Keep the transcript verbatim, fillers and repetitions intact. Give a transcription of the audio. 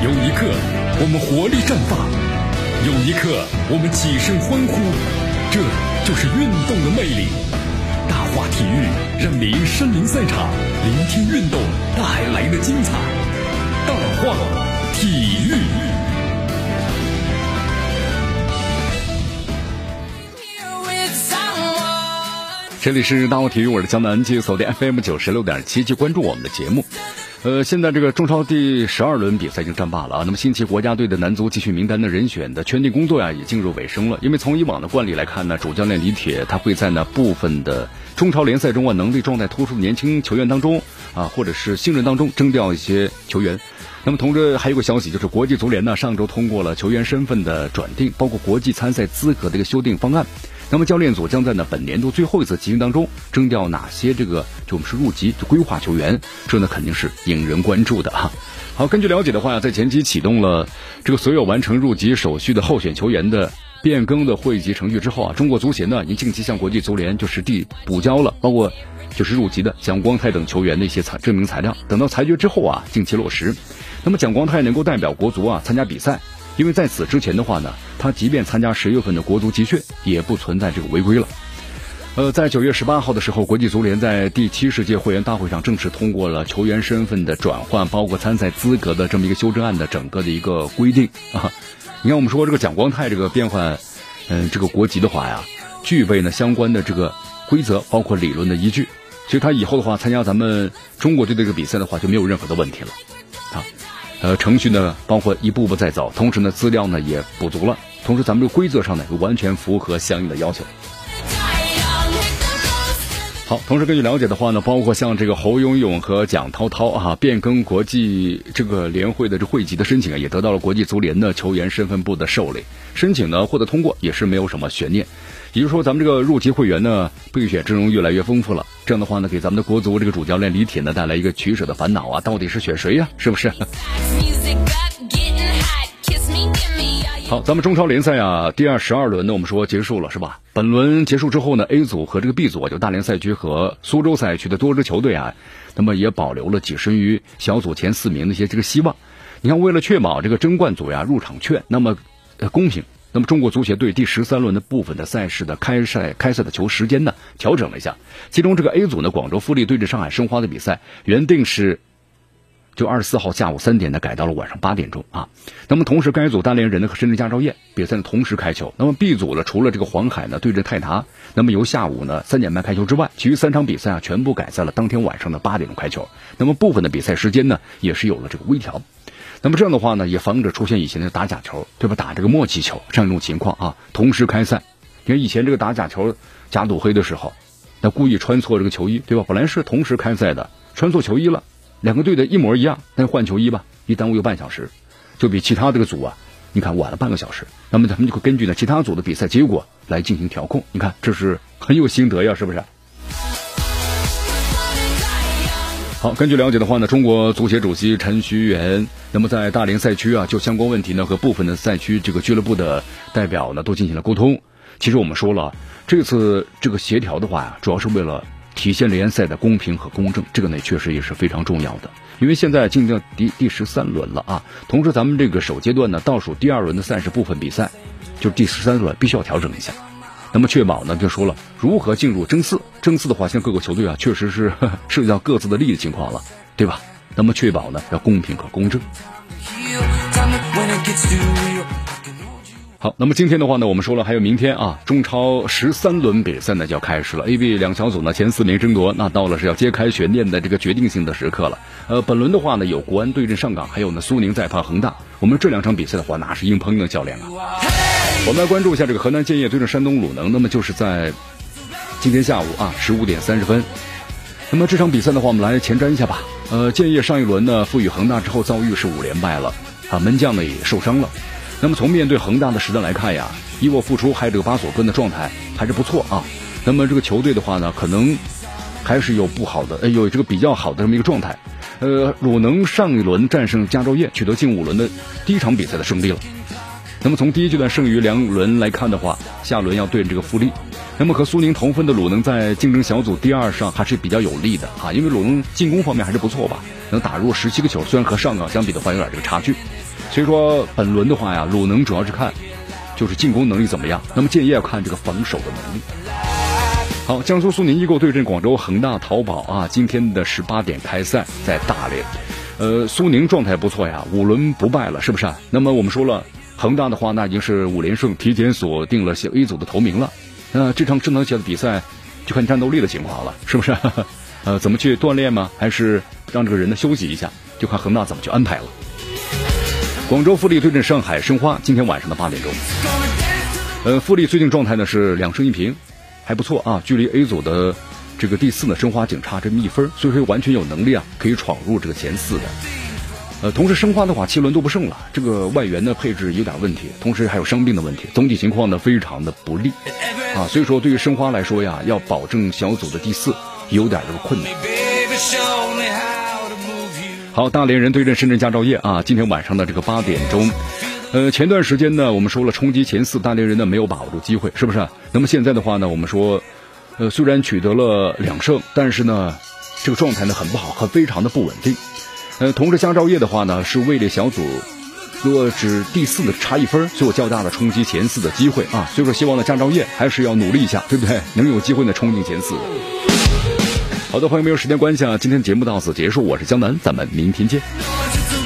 有一刻我们活力绽放，有一刻我们起身欢呼，这就是运动的魅力。大话体育让您身临赛场，聆听运动带来的精彩。大话体育。这里是大话体育，我是江南，继续锁定 F M 九十六点七，去关注我们的节目。呃，现在这个中超第十二轮比赛已经战罢了啊。那么新奇国家队的男足集训名单的人选的圈定工作呀，也进入尾声了。因为从以往的惯例来看呢，主教练李铁他会在呢部分的中超联赛中啊能力状态突出的年轻球员当中啊，或者是新人当中征调一些球员。那么同时还有个消息，就是国际足联呢上周通过了球员身份的转定，包括国际参赛资格的一个修订方案。那么教练组将在呢本年度最后一次集训当中征调哪些这个就我们是入籍就规划球员，这呢肯定是引人关注的哈。好，根据了解的话，在前期启动了这个所有完成入籍手续的候选球员的变更的会籍程序之后啊，中国足协呢已经近期向国际足联就实地补交了包括就是入籍的蒋光太等球员的一些材证明材料，等到裁决之后啊近期落实。那么蒋光太能够代表国足啊参加比赛，因为在此之前的话呢，他即便参加十月份的国足集训，也不存在这个违规了。呃，在九月十八号的时候，国际足联在第七十届会员大会上正式通过了球员身份的转换，包括参赛资格的这么一个修正案的整个的一个规定啊。你看，我们说这个蒋光太这个变换，嗯、呃，这个国籍的话呀，具备呢相关的这个规则，包括理论的依据，所以他以后的话参加咱们中国队这个比赛的话，就没有任何的问题了啊。呃，程序呢包括一步步在走，同时呢资料呢也补足了，同时咱们这个规则上呢完全符合相应的要求。好，同时根据了解的话呢，包括像这个侯永永和蒋涛涛啊变更国际这个联会的这会籍的申请啊，也得到了国际足联的球员身份部的受理，申请呢获得通过也是没有什么悬念。也就是说，咱们这个入籍会员呢备选阵容越来越丰富了，这样的话呢给咱们的国足这个主教练李铁呢带来一个取舍的烦恼啊，到底是选谁呀、啊、是不是？好，咱们中超联赛啊第二十二轮呢我们说结束了是吧？本轮结束之后呢 A 组和这个 B 组啊，就大连赛区和苏州赛区的多支球队啊，那么也保留了跻身于小组前四名的一些这个希望。你看，为了确保这个争冠组呀入场券那么、呃、公平，那么中国足协对第十三轮的部分的赛事的开赛开赛的球时间呢调整了一下，其中这个 A 组呢广州富力对阵上海申花的比赛原定是就二十四号下午三点呢改到了晚上八点钟啊。那么同时该组大连人呢和深圳佳兆业比赛呢同时开球。那么 B 组呢除了这个黄海呢对阵泰达，那么由下午呢三点半开球之外，其余三场比赛啊全部改在了当天晚上的八点钟开球。那么部分的比赛时间呢也是有了这个微调。那么这样的话呢，也防止出现以前的打假球，对吧？打这个默契球这样一种情况啊，同时开赛。因为以前这个打假球、假赌黑的时候，那故意穿错这个球衣，对吧？本来是同时开赛的，穿错球衣了，两个队的一模一样，但是换球衣吧，一耽误有半小时，就比其他这个组啊，你看晚了半个小时。那么咱们就会根据呢其他组的比赛结果来进行调控。你看，这是很有心得呀，是不是？好，根据了解的话呢，中国足协主席陈戌源，那么在大连赛区啊，就相关问题呢和部分的赛区这个俱乐部的代表呢都进行了沟通。其实我们说了，这次这个协调的话呀，主要是为了体现联赛的公平和公正，这个呢确实也是非常重要的。因为现在进到第第十三轮了啊，同时咱们这个首阶段呢倒数第二轮的赛事部分比赛，就是第十三轮必须要调整一下。那么确保呢，就说了如何进入争四，争四的话，像各个球队啊，确实是呵呵涉及到各自的利益情况了，对吧？那么确保呢要公平和公正。好，那么今天的话呢，我们说了还有明天啊，中超十三轮比赛呢就要开始了 ，A、B 两小组呢前四名争夺，那到了是要揭开悬念的这个决定性的时刻了。呃，本轮的话呢有国安对阵上港，还有呢苏宁再碰恒大。我们这两场比赛的话，那是硬碰硬的较量啊。我们来关注一下这个河南建业对阵山东鲁能，那么就是在今天下午啊十五点三十分。那么这场比赛的话，我们来前瞻一下吧。呃，建业上一轮呢负于恒大之后遭遇是五连败了啊，门将呢也受伤了。那么从面对恒大的实战来看呀，伊沃复出还有这个巴索根的状态还是不错啊。那么这个球队的话呢，可能还是有不好的，呃，有这个比较好的这么一个状态。呃，鲁能上一轮战胜佳兆业，取得近五轮的第一场比赛的胜利了。那么从第一阶段剩余两轮来看的话，下轮要对这个富力。那么和苏宁同分的鲁能在竞争小组第二上还是比较有利的啊，因为鲁能进攻方面还是不错吧。 能打入十七个球，虽然和上港相比的话有点这个差距。所以说本轮的话呀，鲁能主要是看就是进攻能力怎么样，那么建业要看这个防守的能力。好，江苏苏宁易购对阵广州恒大淘宝啊，今天的十八点开赛，在大连。呃，苏宁状态不错呀，五轮不败了，是不是？那么我们说了，恒大的话，那已经是五连胜，提前锁定了 A 组的头名了。那、呃、这场智能鞋的比赛就看战斗力的情况了，是不是？呃，怎么去锻炼吗？还是让这个人呢休息一下？就看恒大怎么去安排了。广州富力对阵上海申花，今天晚上的八点钟。呃，富力最近状态呢是两胜一平，还不错啊，距离 A 组的这个第四呢申花仅差这么一分，所以说完全有能力啊可以闯入这个前四的。呃，同时申花的话七轮都不胜了，这个外援的配置有点问题，同时还有伤病的问题，总体情况呢非常的不利啊，所以说对于申花来说呀，要保证小组的第四有点这个困难。好，大连人对阵深圳佳兆业啊，今天晚上的这个八点钟。呃，前段时间呢，我们说了冲击前四，大连人呢没有把握住机会，是不是？那么现在的话呢，我们说，呃，虽然取得了两胜，但是呢，这个状态呢很不好，很非常的不稳定。呃，同时佳兆业的话呢，是位列小组如果只第四的差一分，所以有较大的冲击前四的机会啊。所以说，希望呢佳兆业还是要努力一下，对不对？能有机会呢冲进前四。好的，朋友们，由于时间关系啊，今天节目到此结束，我是江南，咱们明天见。